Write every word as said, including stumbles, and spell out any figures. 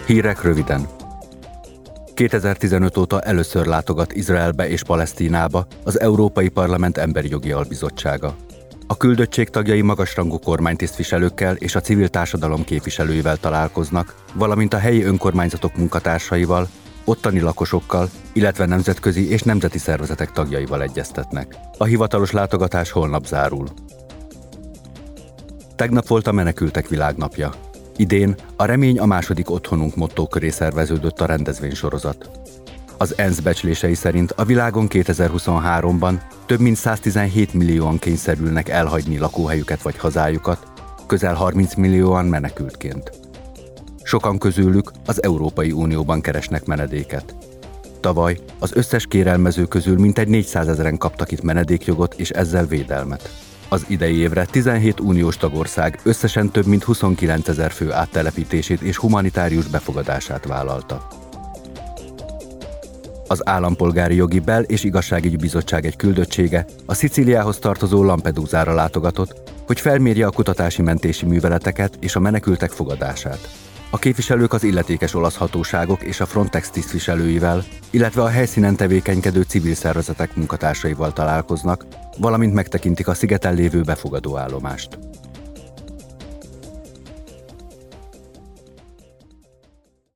Hírek röviden. kétezer-tizenöt óta először látogat Izraelbe és Palesztinába az Európai Parlament Emberi Jogi Albizottsága. A küldöttség tagjai magasrangú kormánytisztviselőkkel és a civil társadalom képviselőivel találkoznak, valamint a helyi önkormányzatok munkatársaival, ottani lakosokkal, illetve nemzetközi és nemzeti szervezetek tagjaival egyeztetnek. A hivatalos látogatás holnap zárul. Tegnap volt a Menekültek Világnapja. Idén a Remény a második otthonunk motto köré szerveződött a rendezvénysorozat. Az ENSZ becslései szerint a világon kétezer-huszonháromban több mint száztizenhét millióan kényszerülnek elhagyni lakóhelyüket vagy hazájukat, közel harminc millióan menekültként. Sokan közülük az Európai Unióban keresnek menedéket. Tavaly az összes kérelmező közül mintegy négyszázezren kaptak itt menedékjogot és ezzel védelmet. Az idei évre tizenhét uniós tagország összesen több mint huszonkilencezer fő áttelepítését és humanitárius befogadását vállalta. Az Állampolgári Jogi Bel- és Igazságügyi Bizottság egy küldöttsége a Szicíliához tartozó Lampedusára látogatott, hogy felmérje a kutatási mentési műveleteket és a menekültek fogadását. A képviselők az illetékes olasz hatóságok és a Frontex tisztviselőivel, illetve a helyszínen tevékenykedő civil szervezetek munkatársaival találkoznak, valamint megtekintik a szigeten lévő befogadóállomást.